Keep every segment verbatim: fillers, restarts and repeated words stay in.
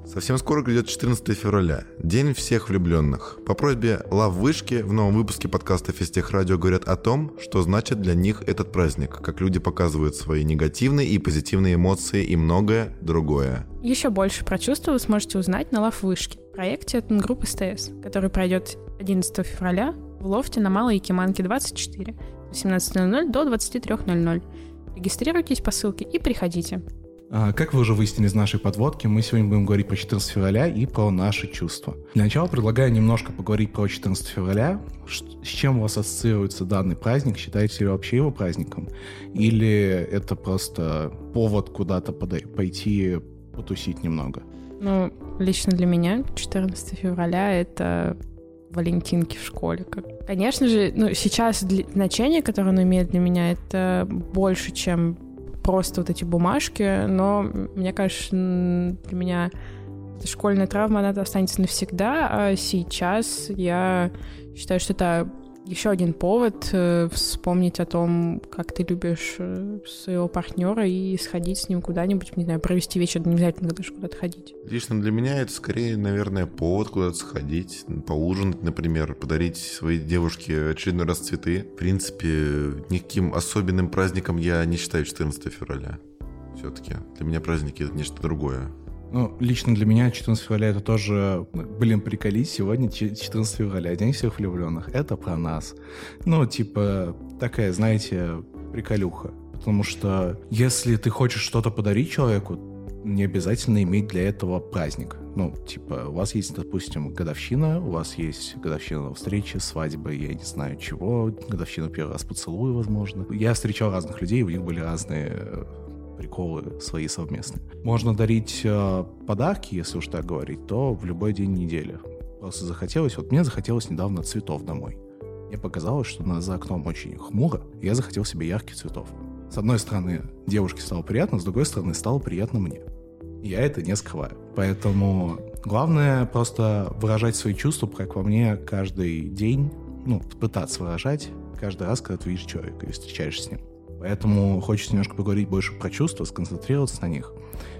Совсем скоро грядет четырнадцатое февраля, День всех влюбленных. По просьбе Лав-вышки в новом выпуске подкаста Физтех Радио говорят о том, что значит для них этот праздник, как люди показывают свои негативные и позитивные эмоции и многое другое. Еще больше про чувства вы сможете узнать на Лав-вышке, проекте от группы СТС, который пройдет одиннадцатого февраля в лофте на Малой Якиманке двадцать четыре с восемнадцати ноль-ноль до двадцати трёх ноль-ноль. Регистрируйтесь по ссылке и приходите. Как вы уже выяснили из нашей подводки, мы сегодня будем говорить про четырнадцатое февраля и про наши чувства. Для начала предлагаю немножко поговорить про четырнадцатое февраля. С чем у вас ассоциируется данный праздник? Считаете ли вы вообще его праздником? Или это просто повод куда-то пойти потусить немного? Ну, лично для меня четырнадцатое февраля — это валентинки в школе. Конечно же, ну, сейчас значение, которое оно имеет для меня, это больше, чем просто вот эти бумажки, но мне кажется, для меня эта школьная травма, она останется навсегда, а сейчас я считаю, что это еще один повод вспомнить о том, как ты любишь своего партнера и сходить с ним куда-нибудь, не знаю, провести вечер, не обязательно даже куда-то ходить. Лично для меня это скорее, наверное, повод куда-то сходить, поужинать, например, подарить своей девушке очередной раз цветы. В принципе, никаким особенным праздником я не считаю четырнадцатое февраля. Все-таки для меня праздники — это нечто другое. Ну, лично для меня четырнадцатое февраля это тоже, блин, приколись, сегодня четырнадцатое февраля, День всех влюбленных, это про нас. Ну, типа, такая, знаете, приколюха. Потому что если ты хочешь что-то подарить человеку, не обязательно иметь для этого праздник. Ну, типа, у вас есть, допустим, годовщина, у вас есть годовщина встречи, свадьбы, я не знаю чего, годовщина первый раз поцелуя, возможно. Я встречал разных людей, у них были разные приколы свои совместные. Можно дарить э, подарки, если уж так говорить, то в любой день недели. Просто захотелось, вот мне захотелось недавно цветов домой. Мне показалось, что на, за окном очень хмуро, и я захотел себе ярких цветов. С одной стороны, девушке стало приятно, с другой стороны, стало приятно мне. И я это не скрываю. Поэтому главное просто выражать свои чувства, как во мне, каждый день, ну, пытаться выражать каждый раз, когда ты видишь человека и встречаешься с ним. Поэтому хочется немножко поговорить больше про чувства, сконцентрироваться на них.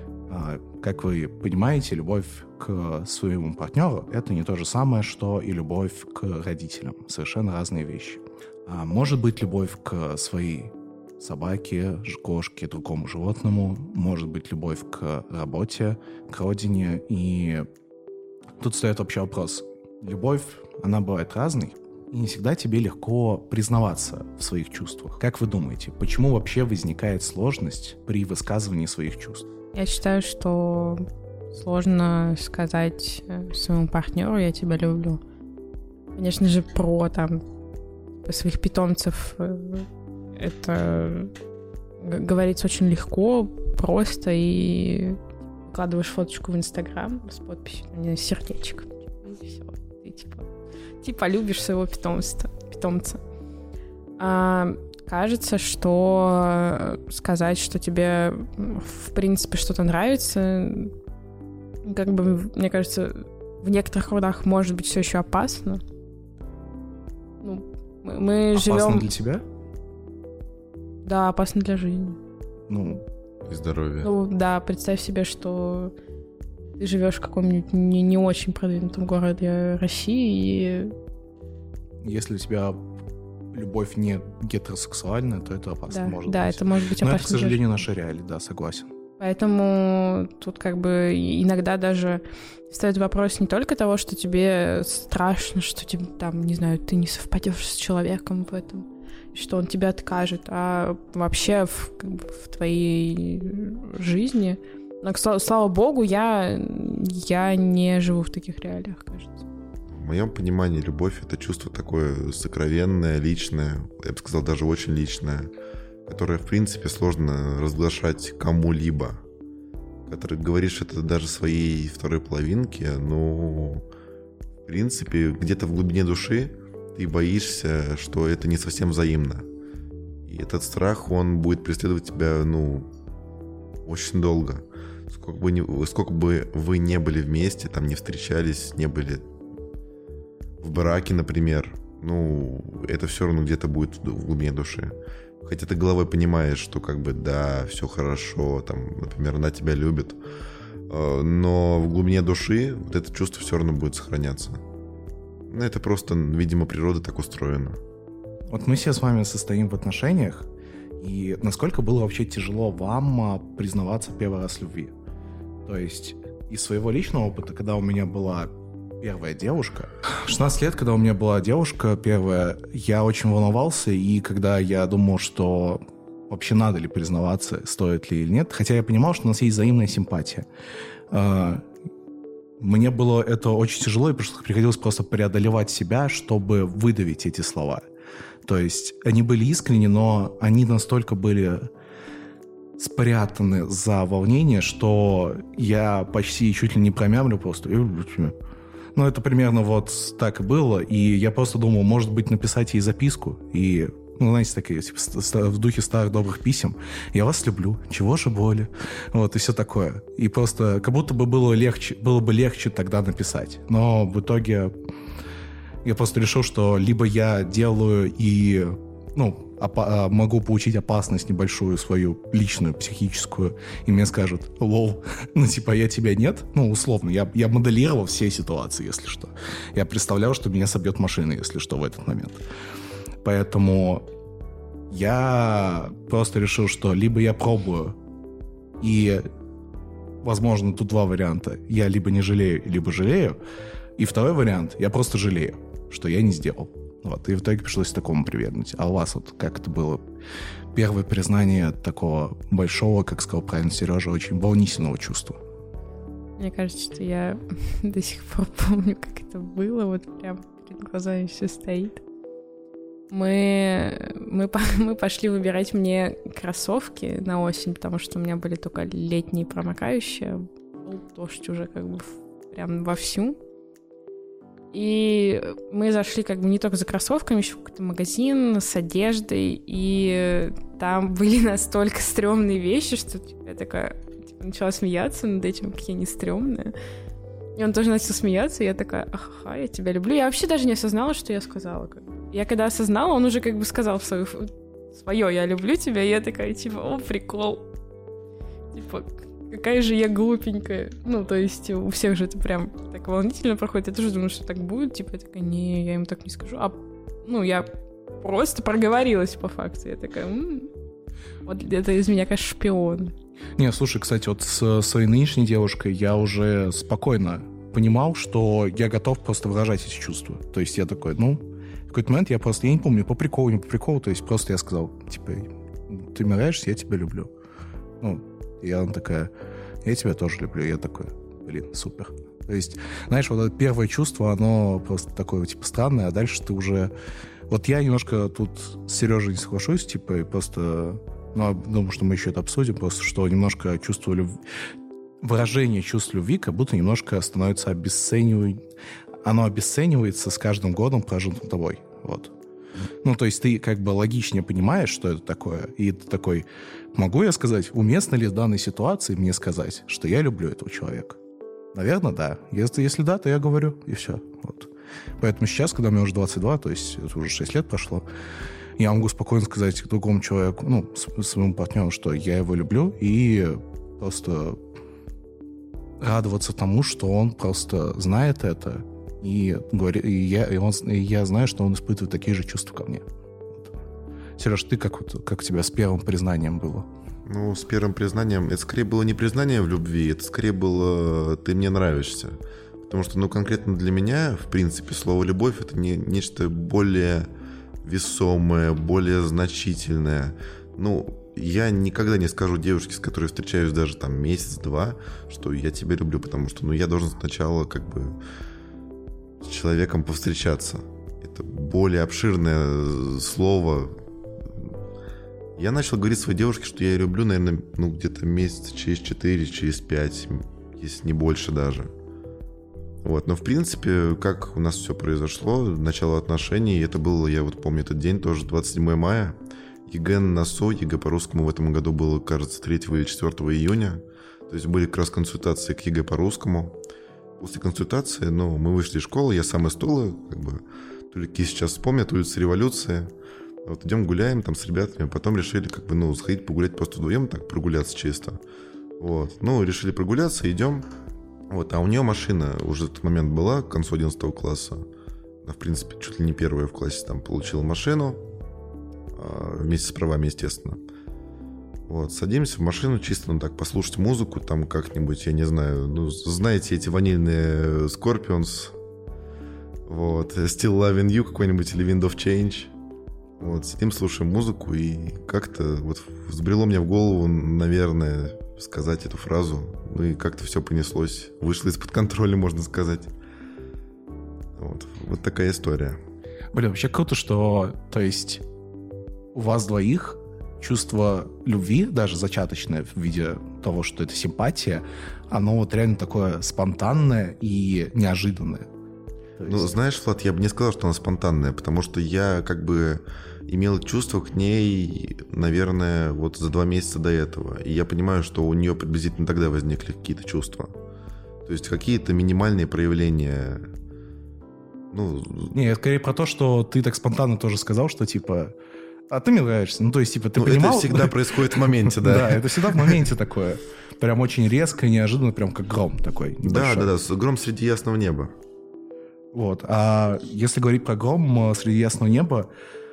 Как вы понимаете, любовь к своему партнеру — это не то же самое, что и любовь к родителям. Совершенно разные вещи. Может быть любовь к своей собаке, кошке, другому животному. Может быть любовь к работе, к родине. И тут встает вообще вопрос. Любовь, она бывает разной. И не всегда тебе легко признаваться в своих чувствах. Как вы думаете, почему вообще возникает сложность при высказывании своих чувств? Я считаю, что сложно сказать своему партнеру «я тебя люблю». Конечно же, про там своих питомцев это говорится очень легко, просто, и выкладываешь фоточку в Инстаграм с подписью «сердечко». И все, и типа... Типа любишь своего питомца. питомца. А, кажется, что сказать, что тебе в принципе что-то нравится, как бы, мне кажется, в некоторых кругах может быть все еще опасно. Ну, мы, мы опасно живем... для тебя? Да, опасно для жизни. Ну, и здоровья. Ну, да, представь себе, что ты живешь в каком-нибудь не, не очень продвинутом городе России, и... Если у тебя любовь не гетеросексуальная, то это опасно, да, может да, быть. это может быть опасно. Но это, к сожалению, наша реалия, да, согласен. Поэтому тут как бы иногда даже стоит вопрос не только того, что тебе страшно, что тебе, там, не знаю, ты не совпадешь с человеком в этом, что он тебя откажет, а вообще в, как бы, в твоей жизни. Но, слава богу, я, я не живу в таких реалиях, кажется. В моем понимании любовь — это чувство такое сокровенное, личное, я бы сказал, даже очень личное, которое, в принципе, сложно разглашать кому-либо. Когда ты говоришь это даже своей второй половинке, но, в принципе, где-то в глубине души ты боишься, что это не совсем взаимно. И этот страх, он будет преследовать тебя, ну, очень долго. Сколько бы, ни, сколько бы вы не были вместе, там не встречались, не были в браке, например, ну, это все равно где-то будет в глубине души. Хотя ты головой понимаешь, что как бы да, все хорошо, там, например, она тебя любит, но в глубине души вот это чувство все равно будет сохраняться. Ну, это просто, видимо, природа так устроена. Вот мы все с вами состоим в отношениях, и насколько было вообще тяжело вам признаваться первый раз в любви? То есть из своего личного опыта, когда у меня была первая девушка, шестнадцать лет, когда у меня была девушка первая, я очень волновался, и когда я думал, что вообще надо ли признаваться, стоит ли или нет, хотя я понимал, что у нас есть взаимная симпатия. Мне было это очень тяжело, и приходилось просто преодолевать себя, чтобы выдавить эти слова. То есть они были искренни, но они настолько были спрятаны за волнение, что я почти чуть ли не промямлю просто. Ну, это примерно вот так и было, и я просто думал, может быть, написать ей записку, и, ну, знаете, такие, типа, в духе старых добрых писем. Я вас люблю, чего же боли? Вот, и все такое. И просто как будто бы было легче, было бы легче тогда написать. Но в итоге я просто решил, что либо я делаю и, ну, опа- могу получить опасность небольшую свою личную, психическую, и мне скажут, лол, ну, типа, я тебя нет? Ну, условно, я, я моделировал все ситуации, если что. Я представлял, что меня собьет машина, если что, в этот момент. Поэтому я просто решил, что либо я пробую, и, возможно, тут два варианта. Я либо не жалею, либо жалею. И второй вариант, я просто жалею, что я не сделал. Вот, и в итоге пришлось к такому прибегнуть. А у вас вот как это было? Первое признание такого большого, как сказал правильно Сережа, очень волнительного чувства. Мне кажется, что я до сих пор помню, как это было. Вот прям перед глазами все стоит. Мы, мы, мы пошли выбирать мне кроссовки на осень, потому что у меня были только летние промокающие. Был дождь уже как бы прям вовсю. И мы зашли как бы не только за кроссовками, еще в какой-то магазин с одеждой, и там были настолько стрёмные вещи, что типа, я такая типа, начала смеяться над этим, какие они стрёмные. И он тоже начал смеяться, и я такая, ахаха, я тебя люблю. Я вообще даже не осознала, что я сказала. Как бы. Я когда осознала, он уже как бы сказал свое, свое «я люблю тебя», и я такая, типа, о, прикол. Типа, какая же я глупенькая. Ну, то есть у всех же это прям так волнительно проходит. Я тоже думаю, что так будет. Типа, я такая, не, я ему так не скажу. А, ну, я просто проговорилась по факту. Я такая, м-м, вот это из меня, конечно, шпион. Не, слушай, кстати, вот с своей нынешней девушкой я уже спокойно понимал, что я готов просто выражать эти чувства. То есть я такой, ну, в какой-то момент я просто, я не помню, по приколу, не по приколу, то есть просто я сказал, типа, ты мне нравишься, я тебя люблю. Ну, и она такая, я тебя тоже люблю. Я такой, блин, супер. То есть, знаешь, вот это первое чувство, оно просто такое, типа, странное, а дальше ты уже... Вот я немножко тут с Сережей не соглашусь, типа, и просто... Ну, думаю, что мы еще это обсудим, просто что немножко чувство любви... Выражение чувств любви как будто немножко становится обесцениваем... Оно обесценивается с каждым годом, прожитым тобой. Вот. Ну, то есть ты как бы логичнее понимаешь, что это такое, и ты такой, могу я сказать, уместно ли в данной ситуации мне сказать, что я люблю этого человека? Наверное, да. Если, если да, то я говорю, и все. Вот. Поэтому сейчас, когда мне уже двадцать два, то есть это уже шесть лет прошло, я могу спокойно сказать другому человеку, ну, своему партнеру, что я его люблю, и просто радоваться тому, что он просто знает это, и, говори, и, я, и, он, и я знаю, что он испытывает такие же чувства ко мне. Вот. Сереж, ты как, вот, как у тебя с первым признанием было? Ну, с первым признанием, это скорее было не признание в любви, это скорее было «ты мне нравишься». Потому что, ну, конкретно для меня, в принципе, слово «любовь» — это не, нечто более весомое, более значительное. Ну, я никогда не скажу девушке, с которой встречаюсь даже там месяц-два, что я тебя люблю, потому что, ну, я должен сначала как бы с человеком повстречаться. Это более обширное слово. Я начал говорить своей девушке, что я ее люблю, наверное, ну, где-то месяца через четыре, через пять, если не больше даже. Вот, но в принципе, как у нас все произошло, начало отношений, это было, я вот помню этот день, тоже двадцать седьмое мая, ЕГЭ на носу, ЕГЭ по-русскому в этом году было, кажется, третьего или четвёртого июня, то есть были как раз консультации к ЕГЭ по-русскому. После консультации, ну, мы вышли из школы, я сам из Тулы, как бы, только сейчас вспомнят, улица Революция, вот идем гуляем там с ребятами, потом решили, как бы, ну, сходить погулять просто вдвоем, так, прогуляться чисто. Вот. Ну, решили прогуляться, идем. Вот. А у нее машина уже в этот момент была, к концу одиннадцатого класса. Она, в принципе, чуть ли не первая в классе там получила машину. Вместе с правами, естественно. Вот. Садимся в машину чисто, ну так, послушать музыку там как-нибудь, я не знаю. Ну, знаете, эти ванильные Scorpions. Вот. Still Loving You какой-нибудь или Wind of Change. Вот. Сидим, слушаем музыку, и как-то вот взбрело мне в голову, наверное, сказать эту фразу. Ну и как-то все понеслось. Вышло из-под контроля, можно сказать. Вот, вот такая история. Блин, вообще круто, что, то есть, у вас двоих чувство любви, даже зачаточное в виде того, что это симпатия, оно вот реально такое спонтанное и неожиданное. То есть... Ну, знаешь, Влад, я бы не сказал, что она спонтанная, потому что я как бы имел чувство к ней, наверное, вот за два месяца до этого. И я понимаю, что у нее приблизительно тогда возникли какие-то чувства. То есть какие-то минимальные проявления. Ну... Не, я скорее про то, что ты так спонтанно тоже сказал, что типа... А ты мне нравишься. Ну, то есть, типа, ты ну, понимал... Это всегда происходит в моменте, да. Да, это всегда в моменте такое. Прям очень резко, неожиданно, прям как гром такой. Да, да, да, гром среди ясного неба. Вот. А если говорить про гром среди ясного неба,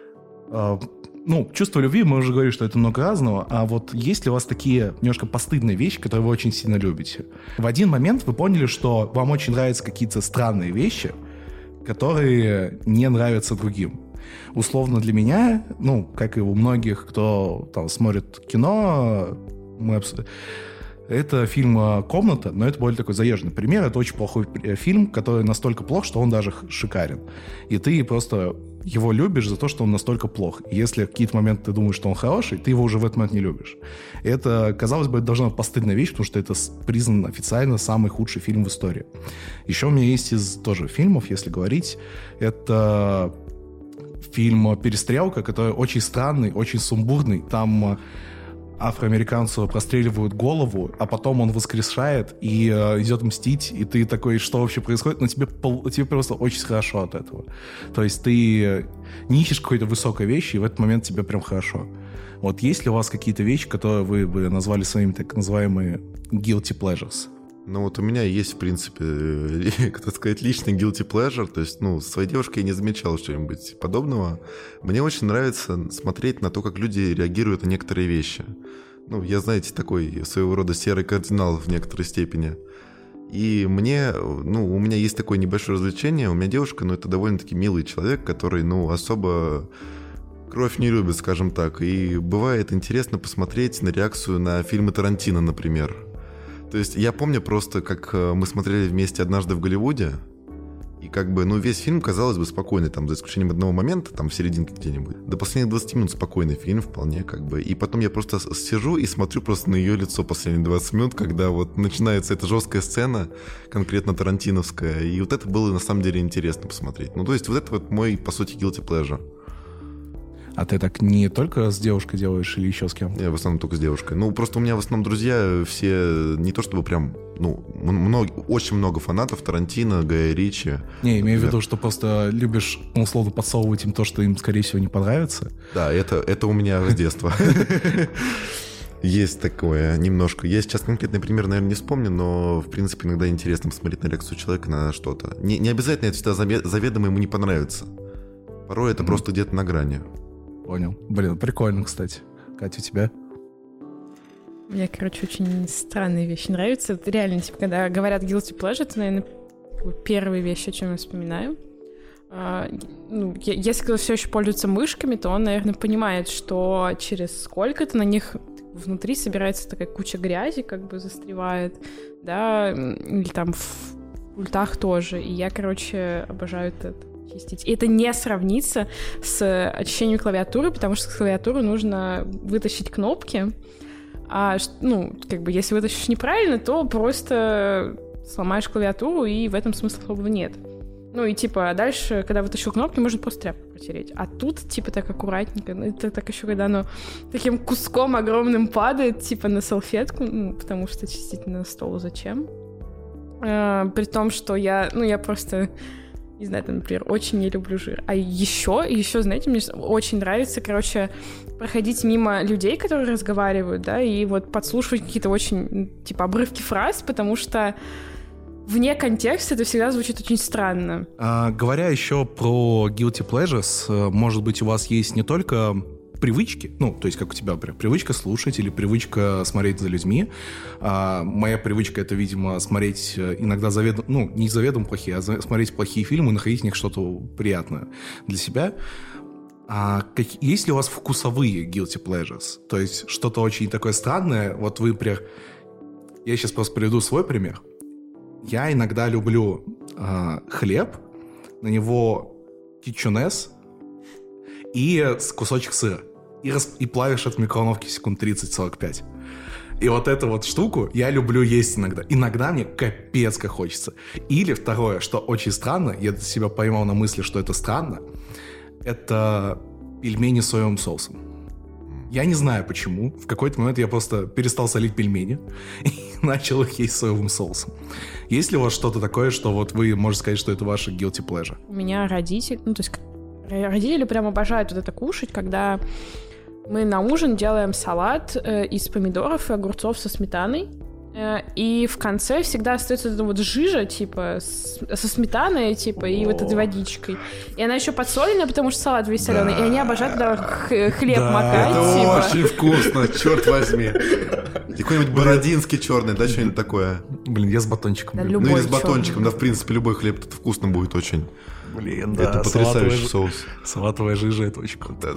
ну, чувство любви, мы уже говорили, что это много разного, а вот есть ли у вас такие немножко постыдные вещи, которые вы очень сильно любите? В один момент вы поняли, что вам очень нравятся какие-то странные вещи, которые не нравятся другим. Условно для меня, ну, как и у многих, кто там смотрит кино, мы абс... это фильм «Комната», но это более такой заезженный пример. Это очень плохой фильм, который настолько плох, что он даже шикарен. И ты просто его любишь за то, что он настолько плох. И если в какие-то моменты ты думаешь, что он хороший, ты его уже в этот момент не любишь. И это, казалось бы, это должна быть постыдная вещь, потому что это признан официально самый худший фильм в истории. Еще у меня есть из тоже фильмов, если говорить, это... фильм «Перестрелка», который очень странный, очень сумбурный. Там афроамериканцу простреливают голову, а потом он воскрешает и э, идет мстить, и ты такой, что вообще происходит? Но тебе, пол, тебе просто очень хорошо от этого. То есть ты не ищешь какой-то высокой вещи, и в этот момент тебе прям хорошо. Вот есть ли у вас какие-то вещи, которые вы бы назвали своими так называемыми guilty pleasures? Ну вот у меня есть, в принципе, как сказать, личный guilty pleasure. То есть, ну, с своей девушкой я не замечал что-нибудь подобного. Мне очень нравится смотреть на то, как люди реагируют на некоторые вещи. Ну, я, знаете, такой своего рода серый кардинал в некоторой степени. И мне, ну, у меня есть такое небольшое развлечение. У меня девушка, ну, это довольно-таки милый человек, который, ну, особо кровь не любит, скажем так. И бывает интересно посмотреть на реакцию на фильмы Тарантино, например. То есть я помню просто, как мы смотрели вместе «Однажды в Голливуде», и как бы, ну, весь фильм, казалось бы, спокойный, там, за исключением одного момента, там, в серединке где-нибудь. До последних двадцати минут спокойный фильм вполне, как бы. И потом я просто сижу и смотрю просто на ее лицо последние двадцать минут, когда вот начинается эта жесткая сцена, конкретно тарантиновская, и вот это было на самом деле интересно посмотреть. Ну, то есть вот это вот мой, по сути, guilty pleasure. А ты так не только с девушкой делаешь или еще с кем? Я в основном только с девушкой. Ну, просто у меня в основном друзья все не то чтобы прям, ну, много, очень много фанатов Тарантино, Гая Ричи. Не, имею в виду, что просто любишь, условно, подсовывать им то, что им, скорее всего, не понравится. Да, это, это у меня с детства. Есть такое немножко. Я сейчас конкретный пример, наверное, не вспомню, но, в принципе, иногда интересно посмотреть на реакцию человека на что-то. Не, не обязательно это всегда заведомо ему не понравится. Порой это просто где-то на грани. Понял. Блин, прикольно, кстати. Катя, у тебя? Мне, короче, очень странные вещи нравятся. Это реально, типа, когда говорят guilty pleasure, это, наверное, первые вещи, о чем я вспоминаю. А, ну, если кто-то все еще пользуется мышками, то он, наверное, понимает, что через сколько-то на них внутри собирается такая куча грязи, как бы застревает, да, или там в пультах тоже. И я, короче, обожаю это. Чистить. И это не сравнится с очищением клавиатуры, потому что с клавиатуры нужно вытащить кнопки. А, ну, как бы, если вытащишь неправильно, то просто сломаешь клавиатуру, и в этом смысла особого нет. Ну, и, типа, дальше, когда вытащил кнопки, можно просто тряпку протереть. А тут, типа, так аккуратненько. Ну, это так еще, когда оно таким куском огромным падает, типа, на салфетку, ну, потому что чистить на стол зачем? А, при том, что я, ну, я просто... не знаю, там, например, очень не люблю жир. А еще, еще, знаете, мне очень нравится, короче, проходить мимо людей, которые разговаривают, да, и вот подслушивать какие-то очень, типа, обрывки фраз, потому что вне контекста это всегда звучит очень странно. А, говоря еще про guilty pleasures, может быть, у вас есть не только привычки, ну, то есть как у тебя, например, привычка слушать или привычка смотреть за людьми. А, моя привычка — это, видимо, смотреть иногда заведомо, ну, не заведомо плохие, а смотреть плохие фильмы и находить в них что-то приятное для себя. А как, есть ли у вас вкусовые guilty pleasures? То есть что-то очень такое странное. Вот вы, например, я сейчас просто приведу свой пример. Я иногда люблю э, хлеб, на него кетчунес и кусочек сыра. И, рас, и плавишь от микроволновки секунд тридцать-сорок пять. И вот эту вот штуку я люблю есть иногда. Иногда мне капец как хочется. Или второе, что очень странно, я себя поймал на мысли, что это странно, это пельмени с соевым соусом. Я не знаю почему. В какой-то момент я просто перестал солить пельмени и начал их есть соевым соусом. Есть ли у вас что-то такое, что вот вы можете сказать, что это ваше guilty pleasure? У меня родители, ну то есть родители прям обожают вот это кушать, когда мы на ужин делаем салат э, из помидоров и огурцов со сметаной. Э, и в конце всегда остается эта вот жижа, типа, с, со сметаной, типа, и вот этой водичкой. И она еще подсоленная, потому что салат весь соленый. Да. И они обожают туда х- хлеб да, макать. Это типа. Очень вкусно, черт возьми. Какой-нибудь бородинский черный, да, что-нибудь такое. Блин, я с батончиком. Да, люблю. любой ну или с батончиком, черный. да, в принципе, любой хлеб это вкусно будет очень. Блин, да. Это потрясающий соус. Салатовая жижа, это очень круто.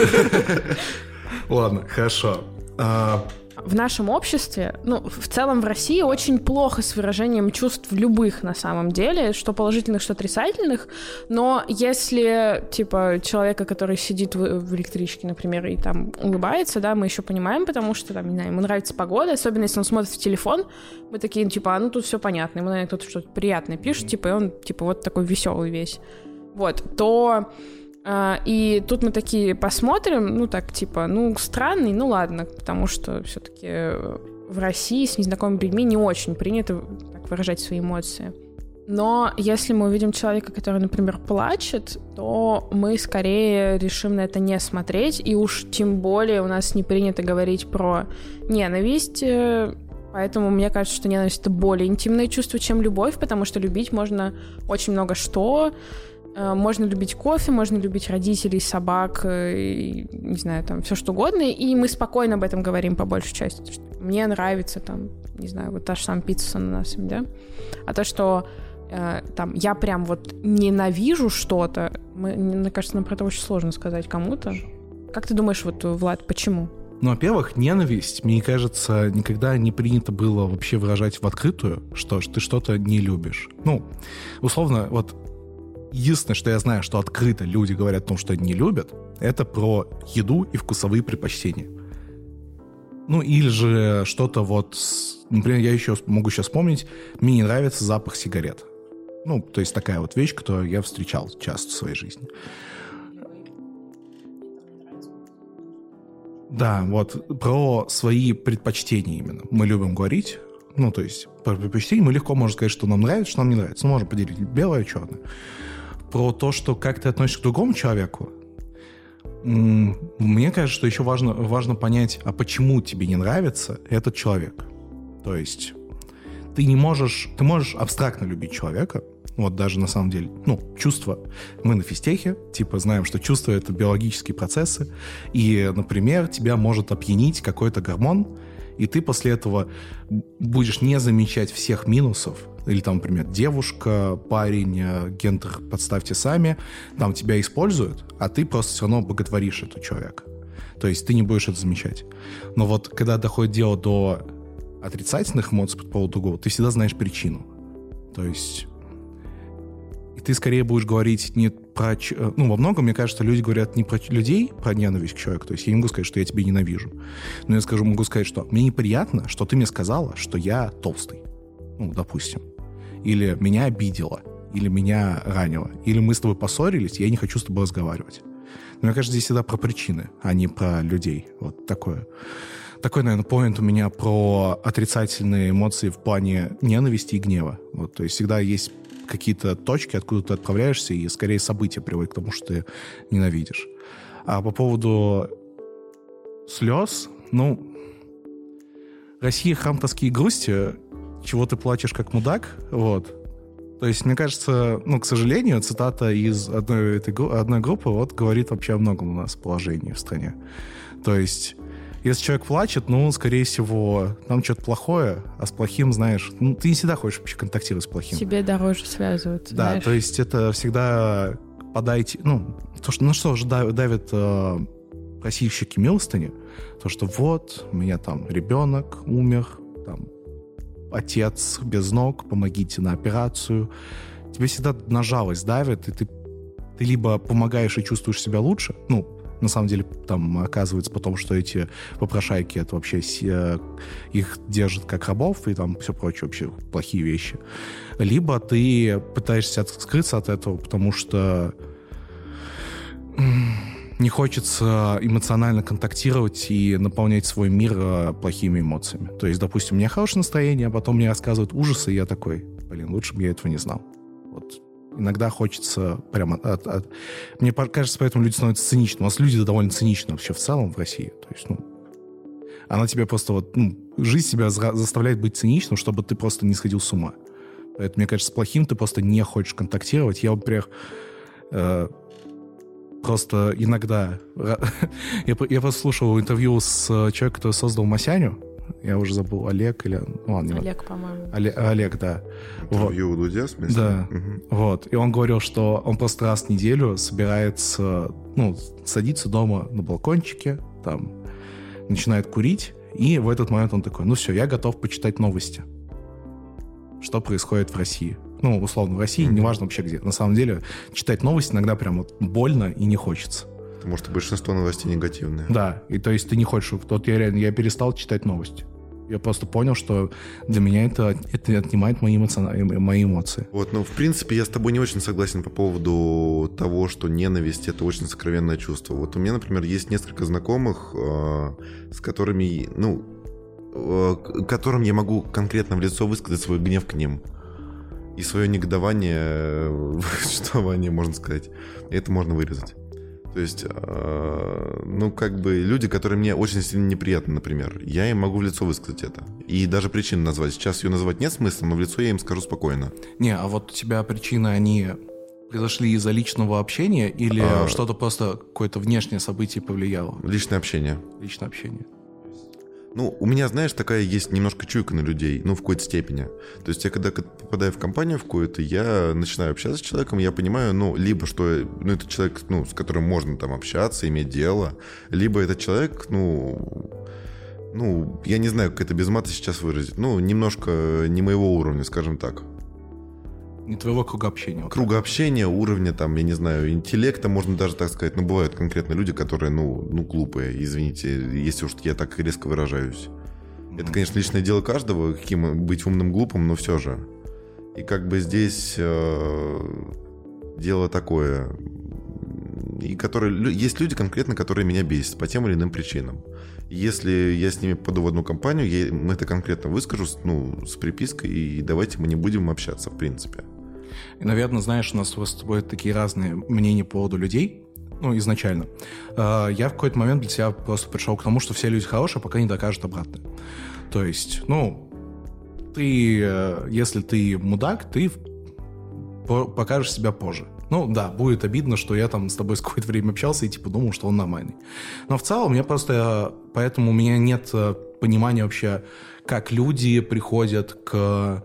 Ладно, хорошо. В нашем обществе, ну, в целом в России очень плохо с выражением чувств любых на самом деле, что положительных, что отрицательных, но если, типа, человека, который сидит в, в электричке, например, и там улыбается, да, мы еще понимаем, потому что, там, не знаю, ему нравится погода, особенно если он смотрит в телефон, мы такие, типа, а, ну, тут все понятно, ему, наверное, кто-то что-то приятное пишет, типа, и он, типа, вот такой веселый весь. Вот, то... Uh, и тут мы такие посмотрим, ну так, типа, ну, странный, ну ладно, потому что все-таки в России с незнакомыми людьми не очень принято так выражать свои эмоции. Но если мы увидим человека, который, например, плачет, то мы скорее решим на это не смотреть, и уж тем более у нас не принято говорить про ненависть, поэтому мне кажется, что ненависть — это более интимное чувство, чем любовь, потому что любить можно очень много что. Можно любить кофе, можно любить родителей, собак, и, не знаю, там, все что угодно, и мы спокойно об этом говорим по большей части. Что мне нравится, там, не знаю, вот та же самая пицца с ананасами, да? А то, что э, там, я прям вот ненавижу что-то, мы, мне кажется, нам про это очень сложно сказать кому-то. Как ты думаешь, вот, Влад, почему? Ну, во-первых, ненависть, мне кажется, никогда не принято было вообще выражать в открытую, что ты что-то не любишь. Ну, условно, вот единственное, что я знаю, что открыто люди говорят о том, что они не любят, это про еду и вкусовые предпочтения. Ну, или же что-то вот... Например, я еще могу сейчас вспомнить, мне не нравится запах сигарет. Ну, то есть такая вот вещь, которую я встречал часто в своей жизни. Да, вот про свои предпочтения именно мы любим говорить. Ну, то есть про предпочтения мы легко можем сказать, что нам нравится, что нам не нравится. Мы можем поделить белое и черное. Про то, что как ты относишься к другому человеку, мне кажется, что еще важно, важно понять, а почему тебе не нравится этот человек. То есть ты не можешь, ты можешь абстрактно любить человека, вот даже на самом деле, ну, чувства. Мы на физтехе, типа, знаем, что чувства — это биологические процессы, и, например, тебя может опьянить какой-то гормон, и ты после этого будешь не замечать всех минусов, или там, например, девушка, парень, гендер, подставьте сами, там тебя используют, а ты просто все равно боготворишь этого человека. То есть ты не будешь это замечать. Но вот когда доходит дело до отрицательных эмоций по поводу другого, ты всегда знаешь причину. То есть и ты скорее будешь говорить не про... Ну, во многом, мне кажется, люди говорят не про людей, про ненависть к человеку. То есть я не могу сказать, что я тебя ненавижу. Но я скажу, могу сказать, что мне неприятно, что ты мне сказала, что я толстый. Ну, допустим. Или меня обидела, или меня ранило, или мы с тобой поссорились, и я не хочу с тобой разговаривать. Но мне кажется, здесь всегда про причины, а не про людей. Вот такое. Такой, наверное, поинт у меня про отрицательные эмоции в плане ненависти и гнева. Вот, то есть всегда есть какие-то точки, откуда ты отправляешься, и скорее события приводят к тому, что ты ненавидишь. А по поводу слез, ну, Россия — храм тоски и грусти, чего ты плачешь как мудак, вот. То есть, мне кажется, ну, к сожалению, цитата из одной, этой, одной группы вот говорит вообще о многом у нас положении в стране. То есть, если человек плачет, ну, скорее всего, там что-то плохое, а с плохим, знаешь, ну, ты не всегда хочешь вообще контактировать с плохим. Тебе дороже связываться, Да, знаешь. то есть это всегда подайте, ну, то, что, ну что же давят э, просильщики милостыни, то, что вот, у меня там ребенок умер, там, отец без ног, помогите на операцию. Тебе всегда на жалость давят, и ты, ты либо помогаешь и чувствуешь себя лучше, ну, на самом деле там оказывается потом, что эти попрошайки, это вообще э, их держат как рабов и там все прочее, вообще плохие вещи. Либо ты пытаешься от, скрыться от этого, потому что не хочется эмоционально контактировать и наполнять свой мир э, плохими эмоциями. То есть, допустим, у меня хорошее настроение, а потом мне рассказывают ужасы, и я такой, блин, лучше бы я этого не знал. Вот. Иногда хочется прямо... От, от... Мне кажется, поэтому люди становятся циничными. У нас люди довольно циничны вообще в целом в России. То есть, ну... Она тебя просто вот... Ну, жизнь тебя заставляет быть циничным, чтобы ты просто не сходил с ума. Поэтому, мне кажется, с плохим ты просто не хочешь контактировать. Я, например... Э, Просто иногда... я, я просто слушал интервью с человеком, который создал Масяню. Я уже забыл, Олег или... Ну, ладно, Олег, по-моему. Олег, Олег, да. Интервью вот. У Дудя, в смысле? Да. Угу. Вот. И он говорил, что он просто раз в неделю собирается, ну, садится дома на балкончике, там, начинает курить, и в этот момент он такой, ну все, я готов почитать новости. Что происходит в России. Ну, условно, в России, mm-hmm. неважно вообще где. На самом деле, читать новости иногда прям вот больно и не хочется. Потому что большинство новостей негативные. Да, и то есть ты не хочешь... Вот я реально, я перестал читать новости. Я просто понял, что для меня это, это отнимает мои, эмоци... мои эмоции. Вот, ну, в принципе, я с тобой не очень согласен по поводу того, что ненависть — это очень сокровенное чувство. Вот у меня, например, есть несколько знакомых, э, с которыми, ну, э, которым я могу конкретно в лицо высказать свой гнев к ним. И свое негодование в существовании, можно сказать. И это можно вырезать. То есть, э, ну, как бы люди, которые мне очень сильно неприятны, например, я им могу в лицо высказать это. И даже причину назвать. Сейчас ее называть нет смысла, но в лицо я им скажу спокойно. Не, а вот у тебя причины, они произошли из-за личного общения или а... что-то просто, какое-то внешнее событие повлияло? Личное общение. Личное общение. Ну, у меня, знаешь, такая есть немножко чуйка на людей, ну, в какой-то степени. То есть я когда попадаю в компанию в какую-то, я начинаю общаться с человеком, я понимаю, ну, либо что, ну, это человек, ну, с которым можно там общаться, иметь дело, либо этот человек, ну, ну, я не знаю, как это без мата сейчас выразить, ну, немножко не моего уровня, скажем так. Не твоего круга общения. Вот круга так. общения, уровня, там, я не знаю, интеллекта, можно даже так сказать. Ну, бывают конкретно люди, которые, ну, ну глупые, извините, если уж я так резко выражаюсь. Mm-hmm. Это, конечно, личное дело каждого, каким быть умным, глупым, но все же. И как бы здесь э, дело такое. И которые, есть люди конкретно, которые меня бесят по тем или иным причинам. Если я с ними попаду в одну компанию, я им это конкретно выскажу, ну, с припиской, и давайте мы не будем общаться, в принципе. И, наверное, знаешь, у нас с тобой такие разные мнения по поводу людей, ну, изначально. Я в какой-то момент для себя просто пришел к тому, что все люди хорошие, пока не докажут обратное. То есть, ну, ты, если ты мудак, ты покажешь себя позже. Ну, да, будет обидно, что я там с тобой с какое-то время общался и типа думал, что он нормальный. Но в целом я просто... Поэтому у меня нет понимания вообще, как люди приходят к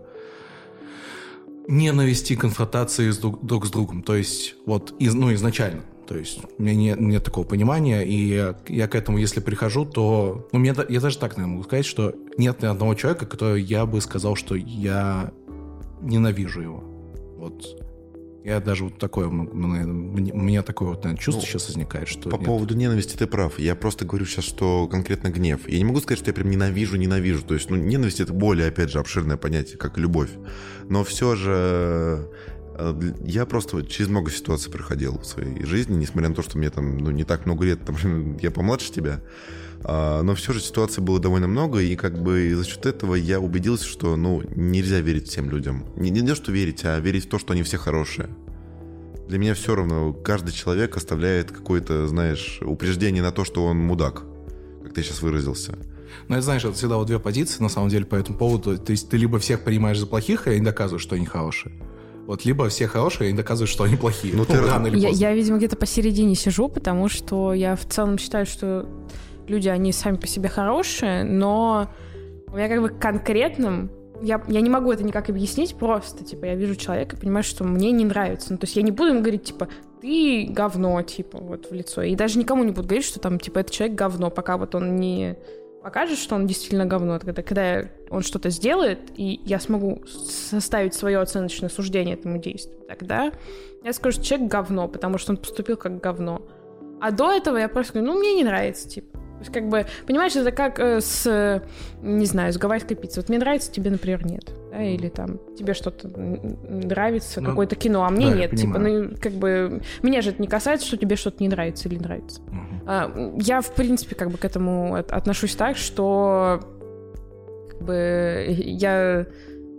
ненависти, конфронтации с друг, друг с другом. То есть, вот, из, ну, изначально. То есть, у меня нет, нет такого понимания, и я, я к этому, если прихожу, то... Ну, мне, я даже так, наверное, могу сказать, что нет ни одного человека, которого я бы сказал, что я ненавижу его. Вот... Я даже вот такое, у меня такое вот, наверное, чувство ну, сейчас возникает, что... По нет. поводу ненависти ты прав. Я просто говорю сейчас, что конкретно гнев. Я не могу сказать, что я прям ненавижу-ненавижу. То есть, ну, ненависть — это более, опять же, обширное понятие, как и любовь. Но все же Я просто через много ситуаций проходил в своей жизни, несмотря на то, что мне там ну, не так много лет, там, я помладше тебя. Но все же ситуаций было довольно много, и как бы за счет этого я убедился, что ну, нельзя верить всем людям. Не, не то, что верить, а верить в то, что они все хорошие. Для меня все равно, каждый человек оставляет какое-то, знаешь, упреждение на то, что он мудак, как ты сейчас выразился. Ну, это, знаешь, это всегда вот две позиции, на самом деле, по этому поводу. То есть ты либо всех принимаешь за плохих, и они доказывают, что они хорошие. Вот либо все хорошие, и они доказывают, что они плохие. Ну, ты... рано или я, поздно. я, видимо, где-то посередине сижу, потому что я в целом считаю, что люди, они сами по себе хорошие, но у меня как бы конкретным... Я, я не могу это никак объяснить, просто, типа, я вижу человека и понимаю, что мне не нравится. Ну, то есть я не буду ему говорить, типа, ты говно, типа, вот в лицо. И даже никому не буду говорить, что там, типа, этот человек говно, пока вот он не покажет, что он действительно говно. Когда, когда он что-то сделает, и я смогу составить свое оценочное суждение этому действию, тогда я скажу, что человек говно, потому что он поступил как говно. А до этого я просто говорю, ну, мне не нравится, типа. То есть, как бы, понимаешь, это как э, с, не знаю, с гавайской пиццей. Вот мне нравится, тебе, например, нет. Да? Или там тебе что-то нравится, ну, какое-то кино, а мне да, нет. Типа, ну, как бы, меня же это не касается, что тебе что-то не нравится или нравится. Uh-huh. А, я, в принципе, как бы к этому отношусь так, что как бы я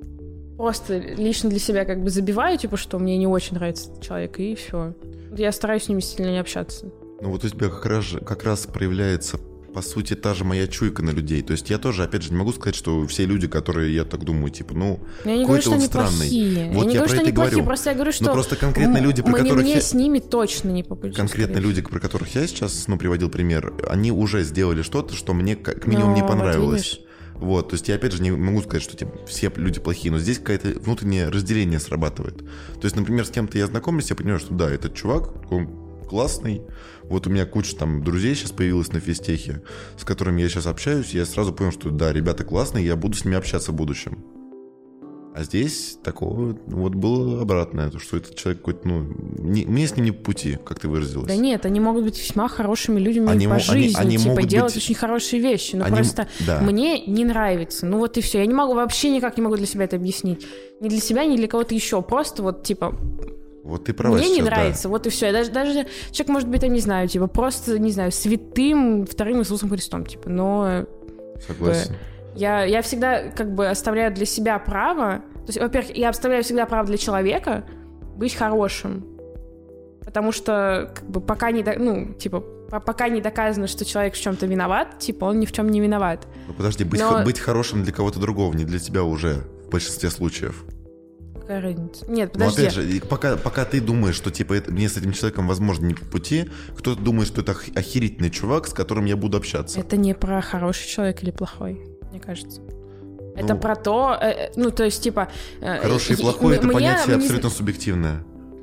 просто лично для себя как бы забиваю, типа, что мне не очень нравится этот человек, и все. Я стараюсь с ними сильно не общаться. Ну вот у тебя как раз, как раз проявляется, по сути, та же моя чуйка на людей. То есть я тоже, опять же, не могу сказать, что все люди, которые, я так думаю, типа, ну, я не говорю, что он они странный. Плохие. Вот я не я говорю, про что это они и говорю. плохие, просто я говорю, что но просто конкретно люди, про мне, которых мне я... с ними точно не по пути. Конкретно люди, про которых я сейчас, ну, приводил пример, они уже сделали что-то, что мне как минимум но, не понравилось. Вот, вот, то есть я, опять же, не могу сказать, что типа, все люди плохие, но здесь какое-то внутреннее разделение срабатывает. То есть, например, с кем-то я знакомлюсь, я понимаю, что да, этот чувак, он классный. Вот у меня куча там друзей сейчас появилась на физтехе, с которыми я сейчас общаюсь, и я сразу понял, что да, ребята классные, я буду с ними общаться в будущем. А здесь такого вот было обратное, то, что этот человек какой-то, ну, не, мне с ним не по пути, как ты выразилась. Да нет, они могут быть весьма хорошими людьми они по мо- жизни, они, они типа делать быть... очень хорошие вещи, но они... просто да. мне не нравится. Ну вот и все. Я не могу, вообще никак не могу для себя это объяснить. Ни для себя, ни для кого-то еще. Просто вот, типа... Вот ты права Мне сейчас, не нравится, да. вот и все. Я даже, даже человек может быть, я не знаю, типа, просто, не знаю, святым вторым Иисусом Христом, типа, но... Согласен. Как бы, я, я всегда, как бы, оставляю для себя право, то есть, во-первых, я оставляю всегда право для человека быть хорошим, потому что, как бы, пока не, ну, типа, пока не доказано, что человек в чем-то виноват, типа, он ни в чем не виноват. Ну, подожди, быть, но... х- быть хорошим для кого-то другого, не для тебя уже, в большинстве случаев. Какая разница? Нет, подожди. Но опять же, пока, пока ты думаешь, что типа это, мне с этим человеком, возможно, не по пути, кто-то думает, что это ох- охерительный чувак, с которым я буду общаться. Это не про хороший человек или плохой, мне кажется. Ну, это про то, э, ну, то есть, типа... Э, хороший и э, плохой — это мне, понятие мне, абсолютно субъективное.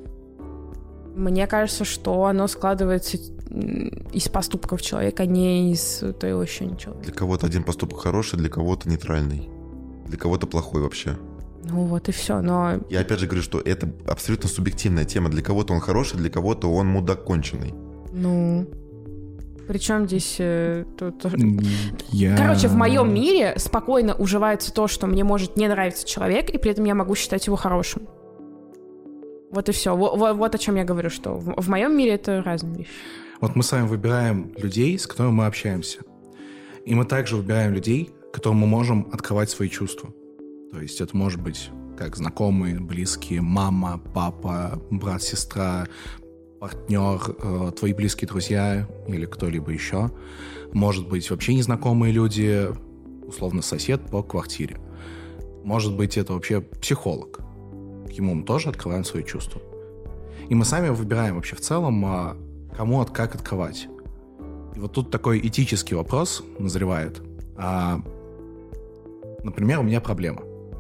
Мне кажется, что оно складывается из поступков человека, а не из той ощущения человека. Для кого-то один поступок хороший, для кого-то нейтральный. Для кого-то плохой вообще. Ну вот и все, но... Я опять же говорю, что это абсолютно субъективная тема. Для кого-то он хороший, для кого-то он мудак конченый. Ну... Причем здесь... Э, то, то... Я... Короче, в моем мире спокойно уживается то, что мне может не нравиться человек, и при этом я могу считать его хорошим. Вот и все. Вот, вот о чем я говорю, что в, в моем мире это разные вещи. Вот мы с вами выбираем людей, с которыми мы общаемся. И мы также выбираем людей, которым мы можем открывать свои чувства. То есть это может быть как знакомые, близкие, мама, папа, брат, сестра, партнер, э, твои близкие друзья или кто-либо еще. Может быть вообще незнакомые люди, условно сосед по квартире. Может быть это вообще психолог. Ему мы тоже открываем свои чувства. И мы сами выбираем вообще в целом, кому от как открывать. И вот тут такой этический вопрос назревает. А, например, у меня проблема.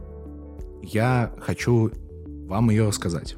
Я хочу вам ее рассказать.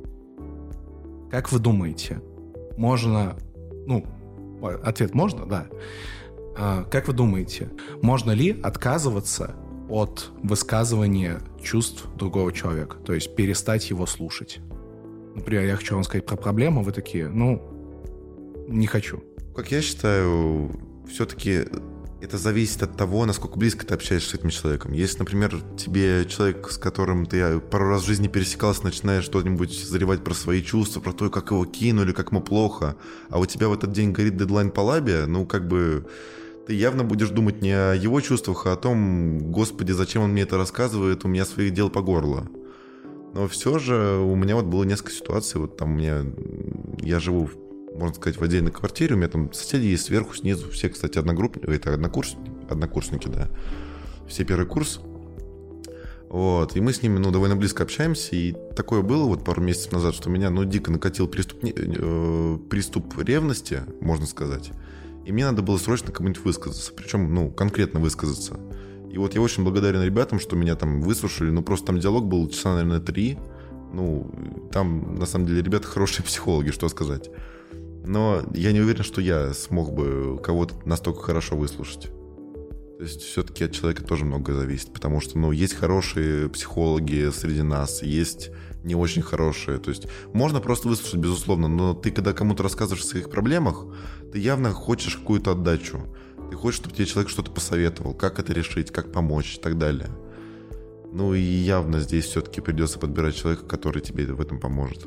Как вы думаете, можно... Ну, ответ можно, да. А, как вы думаете, можно ли отказываться от высказывания чувств другого человека? То есть перестать его слушать? Например, я хочу вам сказать про проблему, вы такие, ну, не хочу. Как я считаю, все-таки это зависит от того, насколько близко ты общаешься с этим человеком. Если, например, тебе человек, с которым ты пару раз в жизни пересекался, начинаешь что-нибудь заливать про свои чувства, про то, как его кинули, как ему плохо, а у тебя в этот день горит дедлайн по лабе, ну, как бы... Ты явно будешь думать не о его чувствах, а о том, господи, зачем он мне это рассказывает, у меня своих дел по горло. Но все же у меня вот было несколько ситуаций, вот там у меня, я живу, можно сказать, в отдельной квартире, у меня там соседи есть сверху, снизу, все, кстати, одногруппники, это однокурсники, однокурсники, да, все первый курс. Вот, и мы с ними, ну, довольно близко общаемся, и такое было вот пару месяцев назад, что меня, ну, дико накатил приступ, э, приступ ревности, можно сказать. И мне надо было срочно кому-нибудь высказаться, причем, ну, конкретно высказаться. И вот я очень благодарен ребятам, что меня там выслушали, ну, просто там диалог был часа, наверное, три. Ну, там, на самом деле, ребята хорошие психологи, что сказать. Но я не уверен, что я смог бы кого-то настолько хорошо выслушать. То есть все-таки от человека тоже многое зависит, потому что, ну, есть хорошие психологи среди нас, есть не очень хорошие. То есть можно просто выслушать, безусловно, но ты, когда кому-то рассказываешь о своих проблемах, ты явно хочешь какую-то отдачу. Ты хочешь, чтобы тебе человек что-то посоветовал, как это решить, как помочь и так далее. Ну и явно здесь все-таки придется подбирать человека, который тебе в этом поможет.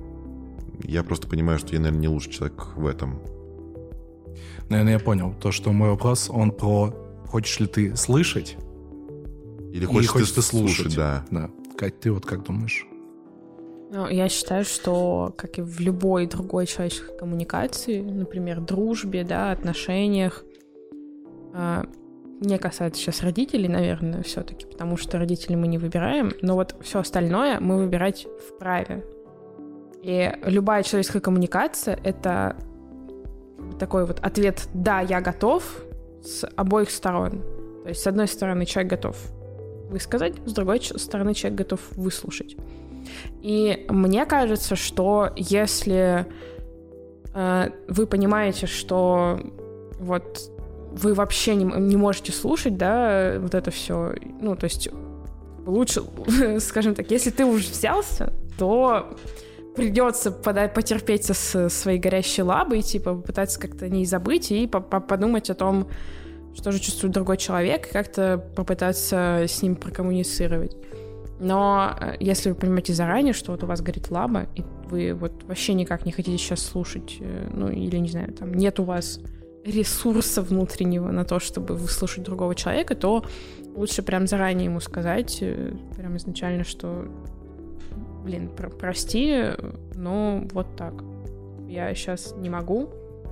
Я просто понимаю, что я, наверное, не лучший человек в этом. Наверное, я понял. То, что мой вопрос, он про хочешь ли ты слышать? Или хочешь, хочешь ты ты слушать? слушать, да. Да. Кать, ты вот как думаешь? Ну, я считаю, что, как и в любой другой человеческой коммуникации, например, дружбе, да, отношениях, э, не касается сейчас родителей, наверное, все-таки, потому что родителей мы не выбираем, но вот все остальное мы выбирать вправе. И любая человеческая коммуникация — это такой вот ответ «да, я готов» с обоих сторон. То есть, с одной стороны, человек готов высказать, с другой стороны, человек готов выслушать. И мне кажется, что если э, вы понимаете, что вот вы вообще не, не можете слушать, да, вот это все, ну, то есть лучше, скажем так, если ты уже взялся, то придется подать, потерпеть со своей горящей лабой, типа попытаться как-то не забыть и подумать о том, что же чувствует другой человек, и как-то попытаться с ним прокоммуницировать. Но если вы понимаете заранее, что вот у вас горит лаба, и вы вот вообще никак не хотите сейчас слушать, ну или, не знаю, там нет у вас ресурса внутреннего на то, чтобы выслушать другого человека, то лучше прям заранее ему сказать, прям изначально, что, блин, про- прости, но вот так. Я сейчас не могу.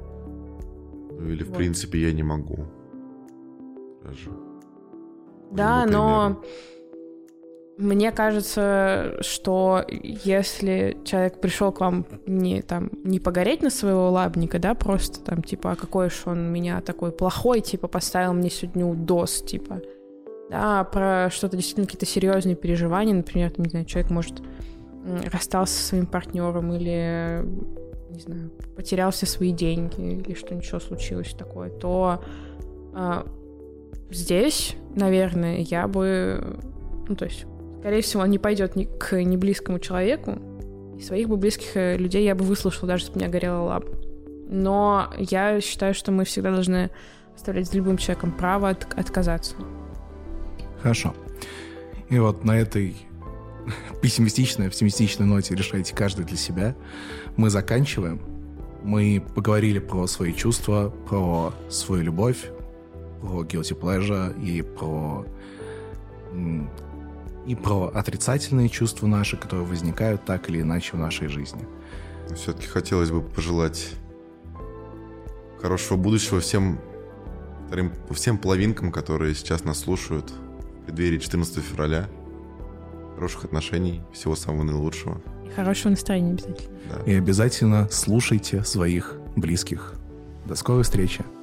Ну или, в вот. принципе, я не могу. Даже. Да, но мне кажется, что если человек пришел к вам не, там, не погореть на своего лабника, да, просто там, типа, а какой же он меня такой плохой, типа, поставил мне сегодня дос, типа, да, про что-то действительно какие-то серьезные переживания, например, там, не знаю, человек, может, расстался со своим партнером или, не знаю, потерял все свои деньги или что ничего случилось такое, то э, здесь, наверное, я бы, ну, то есть, скорее всего, он не пойдет ни к неблизкому человеку, и своих бы близких людей я бы выслушала, даже если бы у меня горела лаба. Но я считаю, что мы всегда должны оставлять с любым человеком право от- отказаться. Хорошо. И вот на этой пессимистичной, оптимистичной ноте решайте каждый для себя. Мы заканчиваем. Мы поговорили про свои чувства, про свою любовь, про guilty pleasure и про... и про отрицательные чувства наши, которые возникают так или иначе в нашей жизни. Все-таки хотелось бы пожелать хорошего будущего всем вторым, всем половинкам, которые сейчас нас слушают в преддверии четырнадцатого февраля. Хороших отношений, всего самого наилучшего. И хорошего настроения обязательно. Да. И обязательно слушайте своих близких. До скорой встречи.